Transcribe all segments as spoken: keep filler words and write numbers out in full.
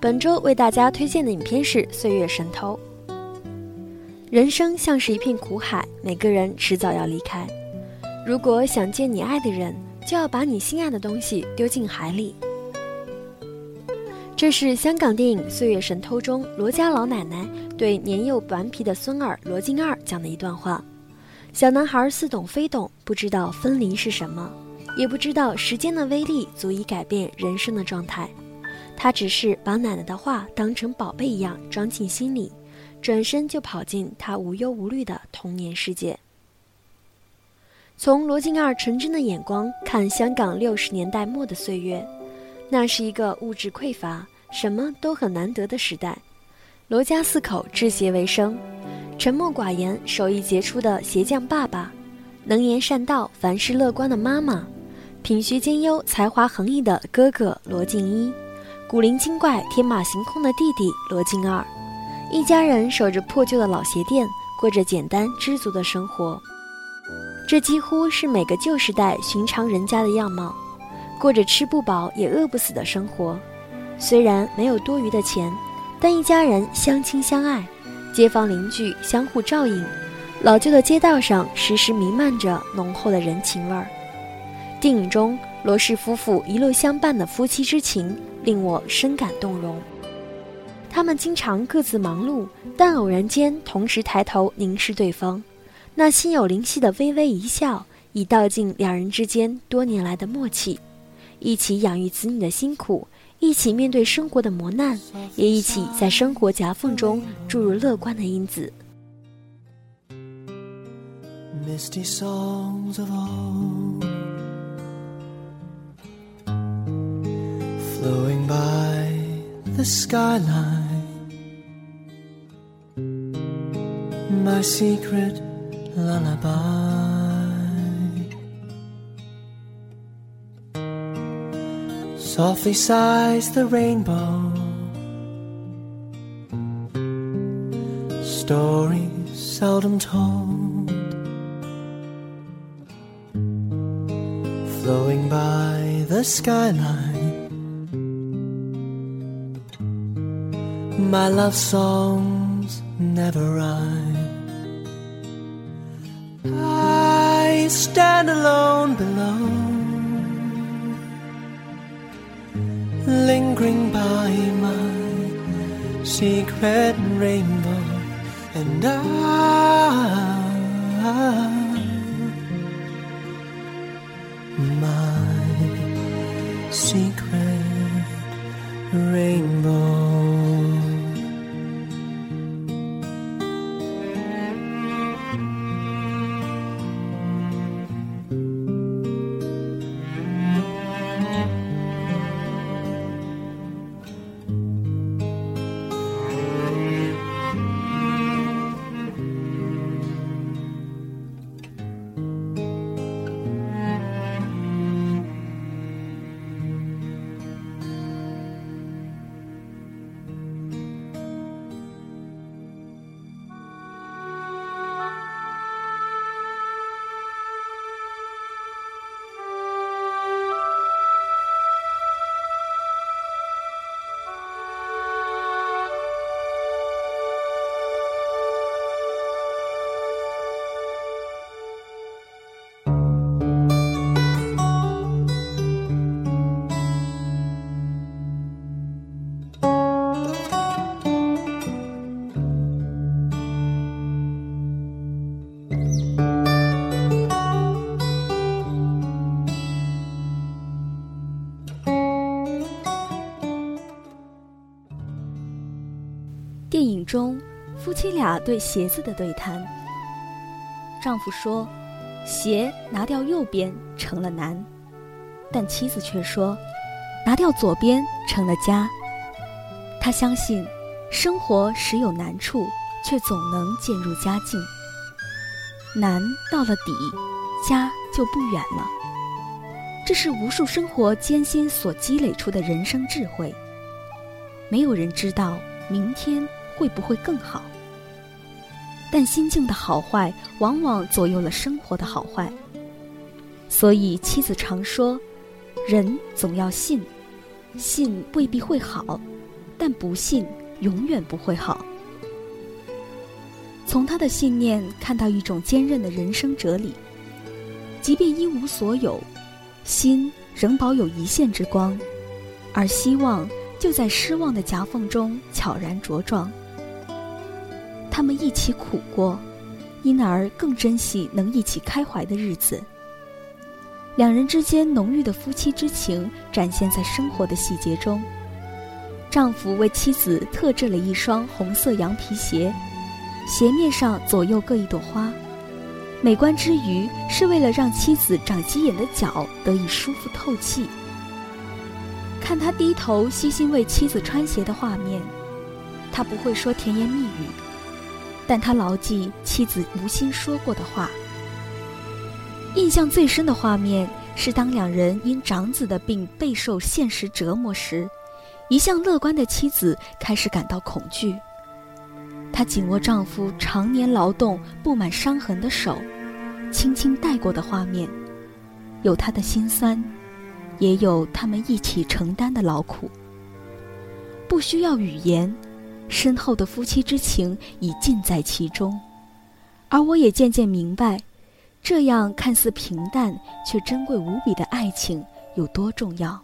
本周为大家推荐的影片是《岁月神偷》。人生像是一片苦海，每个人迟早要离开。如果想见你爱的人，就要把你心爱的东西丢进海里。这是香港电影《岁月神偷》中罗家老奶奶对年幼顽皮的孙儿罗金二讲的一段话。小男孩似懂非懂，不知道分离是什么，也不知道时间的威力足以改变人生的状态。他只是把奶奶的话当成宝贝一样装进心里，转身就跑进他无忧无虑的童年世界。从罗金二纯真的眼光看香港六十年代末的岁月，那是一个物质匮乏、什么都很难得的时代。罗家四口治邪为生，沉默寡言、手艺杰出的鞋匠爸爸，能言善道、凡事乐观的妈妈，品学兼优、才华横溢的哥哥罗敬一，古灵精怪、天马行空的弟弟罗敬二，一家人守着破旧的老鞋店，过着简单知足的生活。这几乎是每个旧时代寻常人家的样貌，过着吃不饱也饿不死的生活。虽然没有多余的钱，但一家人相亲相爱，街坊邻居相互照应，老旧的街道上时时弥漫着浓厚的人情味儿。电影中罗氏夫妇一路相伴的夫妻之情令我深感动容。他们经常各自忙碌，但偶然间同时抬头凝视对方，那心有灵犀的微微一笑，已道尽两人之间多年来的默契。一起养育子女的辛苦，一起面对生活的磨难，也一起在生活夹缝中注入乐观的因子。 Misty songs of old flowing by the skyline, my secret lullaby. Softly sighs the rainbow, stories seldom told, flowing by the skyline, my love songs never rhyme. I stand alone below, lingering by my secret rainbow, and I, my secret rainbow. 电影中夫妻俩对鞋子的对谈，丈夫说鞋拿掉右边成了难，但妻子却说拿掉左边成了家。他相信生活时有难处，却总能渐入佳境，难到了底，家就不远了。这是无数生活艰辛所积累出的人生智慧。没有人知道明天会不会更好，但心境的好坏往往左右了生活的好坏。所以妻子常说，人总要信，信未必会好，但但不信永远不会好。从他的信念看到一种坚韧的人生哲理，即便一无所有，心仍保有一线之光，而希望就在失望的夹缝中悄然茁壮。他们一起苦过，因而更珍惜能一起开怀的日子。两人之间浓郁的夫妻之情展现在生活的细节中。丈夫为妻子特制了一双红色羊皮鞋，鞋面上左右各一朵花，美观之余是为了让妻子长鸡眼的脚得以舒服透气。看他低头悉心为妻子穿鞋的画面，他不会说甜言蜜语，但他牢记妻子无心说过的话。印象最深的画面是当两人因长子的病备受现实折磨时，一向乐观的妻子开始感到恐惧。她紧握丈夫常年劳动布满伤痕的手，轻轻带过的画面，有她的心酸，也有他们一起承担的劳苦。不需要语言，深厚的夫妻之情已尽在其中。而我也渐渐明白，这样看似平淡却珍贵无比的爱情有多重要。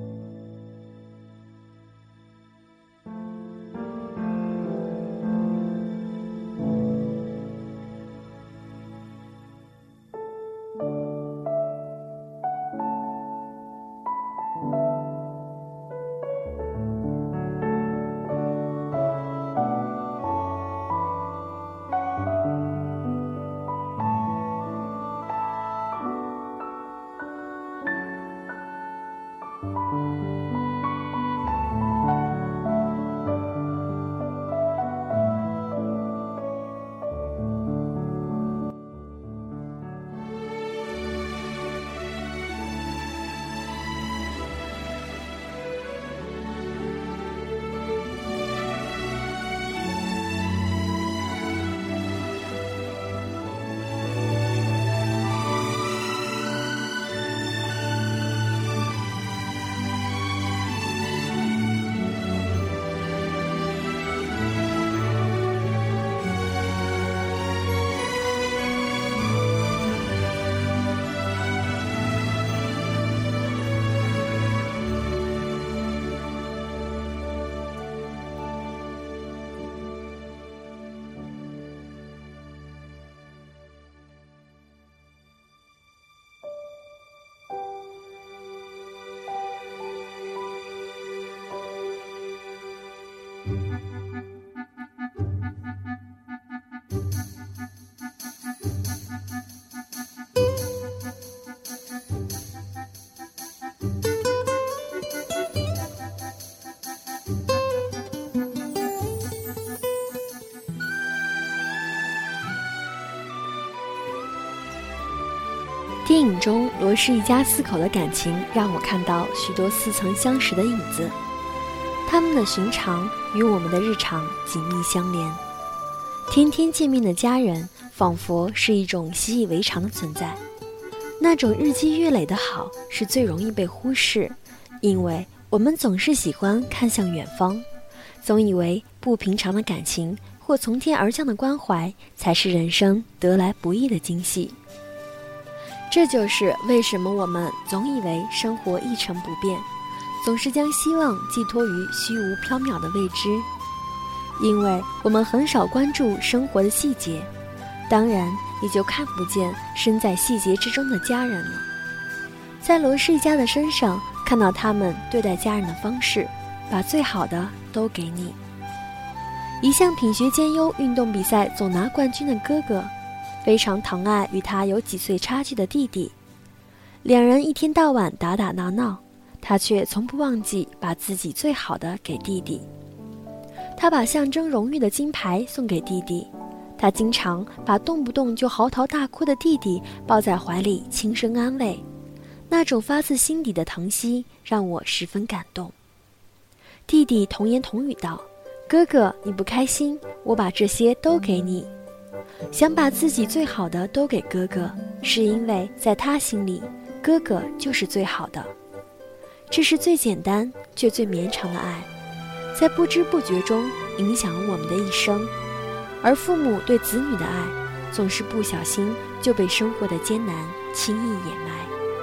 电影中罗氏一家四口的感情让我看到许多似曾相识的影子，他们的寻常与我们的日常紧密相连，天天见面的家人仿佛是一种习以为常的存在。那种日积月累的好是最容易被忽视，因为我们总是喜欢看向远方，总以为不平常的感情或从天而降的关怀才是人生得来不易的惊喜。这就是为什么我们总以为生活一成不变，总是将希望寄托于虚无缥缈的未知，因为我们很少关注生活的细节，当然也就看不见身在细节之中的家人了。在罗氏一家的身上看到他们对待家人的方式，把最好的都给你。一向品学兼优、运动比赛总拿冠军的哥哥，非常疼爱与他有几岁差距的弟弟，两人一天到晚打打闹闹，他却从不忘记把自己最好的给弟弟。他把象征荣誉的金牌送给弟弟，他经常把动不动就嚎啕大哭的弟弟抱在怀里轻声安慰，那种发自心底的疼惜让我十分感动。弟弟童言童语道：“哥哥，你不开心，我把这些都给你。”想把自己最好的都给哥哥，是因为在他心里，哥哥就是最好的。这是最简单却最绵长的爱， 在不知不觉中影响了我们的一生。而父母对子女的爱，总是不小心就被生活的艰难轻易掩埋。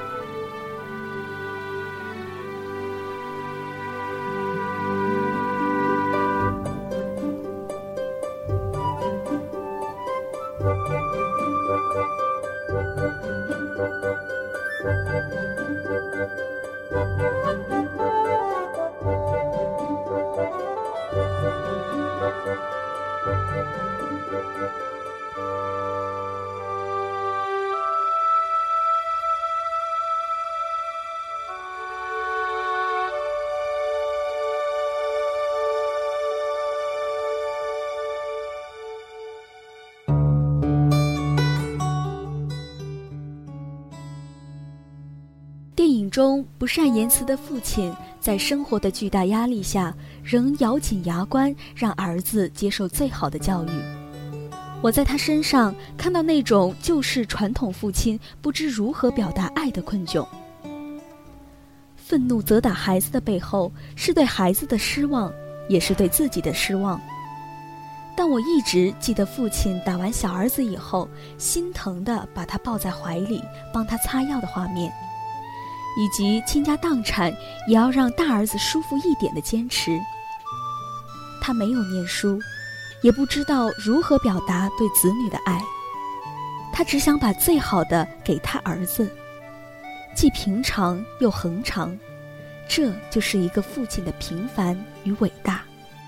电影中不善言辞的父亲，在生活的巨大压力下，仍咬紧牙关让儿子接受最好的教育。我在他身上看到那种旧式传统父亲不知如何表达爱的困窘。愤怒责打孩子的背后，是对孩子的失望，也是对自己的失望。但我一直记得父亲打完小儿子以后，心疼地把他抱在怀里，帮他擦药的画面，以及倾家荡产也要让大儿子舒服一点的坚持。他没有念书，也不知道如何表达对子女的爱，他只想把最好的给他儿子，既平常又恒长，这就是一个父亲的平凡与伟大。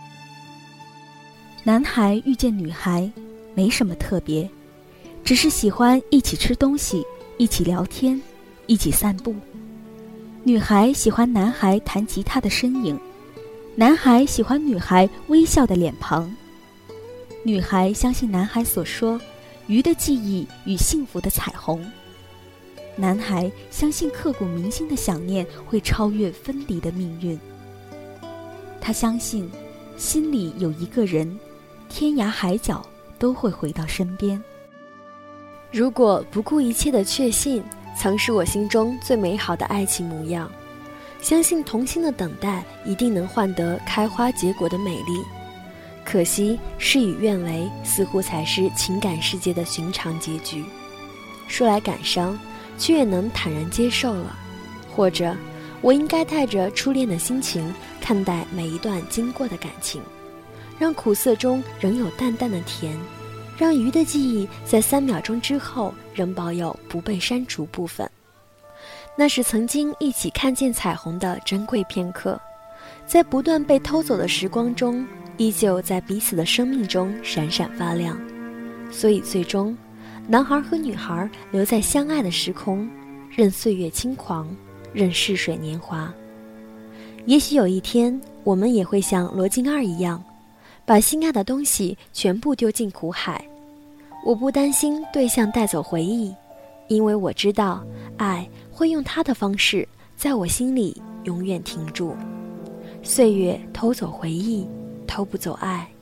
男孩遇见女孩没什么特别，只是喜欢一起吃东西，一起聊天，一起散步。女孩喜欢男孩弹吉他的身影，男孩喜欢女孩微笑的脸庞。女孩相信男孩所说，鱼的记忆与幸福的彩虹。男孩相信刻骨铭心的想念会超越分离的命运。他相信，心里有一个人，天涯海角都会回到身边。 如果不顾一切的确信曾是我心中最美好的爱情模样，相信童心的等待一定能换得开花结果的美丽。可惜事与愿违，似乎才是情感世界的寻常结局。说来感伤，却也能坦然接受了。或者我应该带着初恋的心情看待每一段经过的感情，让苦涩中仍有淡淡的甜，让鱼的记忆在三秒钟之后仍保有不被删除部分。那是曾经一起看见彩虹的珍贵片刻，在不断被偷走的时光中，依旧在彼此的生命中闪闪发亮。所以最终，男孩和女孩留在相爱的时空，任岁月轻狂，任逝水年华。也许有一天，我们也会像罗京二一样，把心爱的东西全部丢进苦海。我不担心对象带走回忆，因为我知道爱会用它的方式在我心里永远停住。岁月偷走回忆，偷不走爱。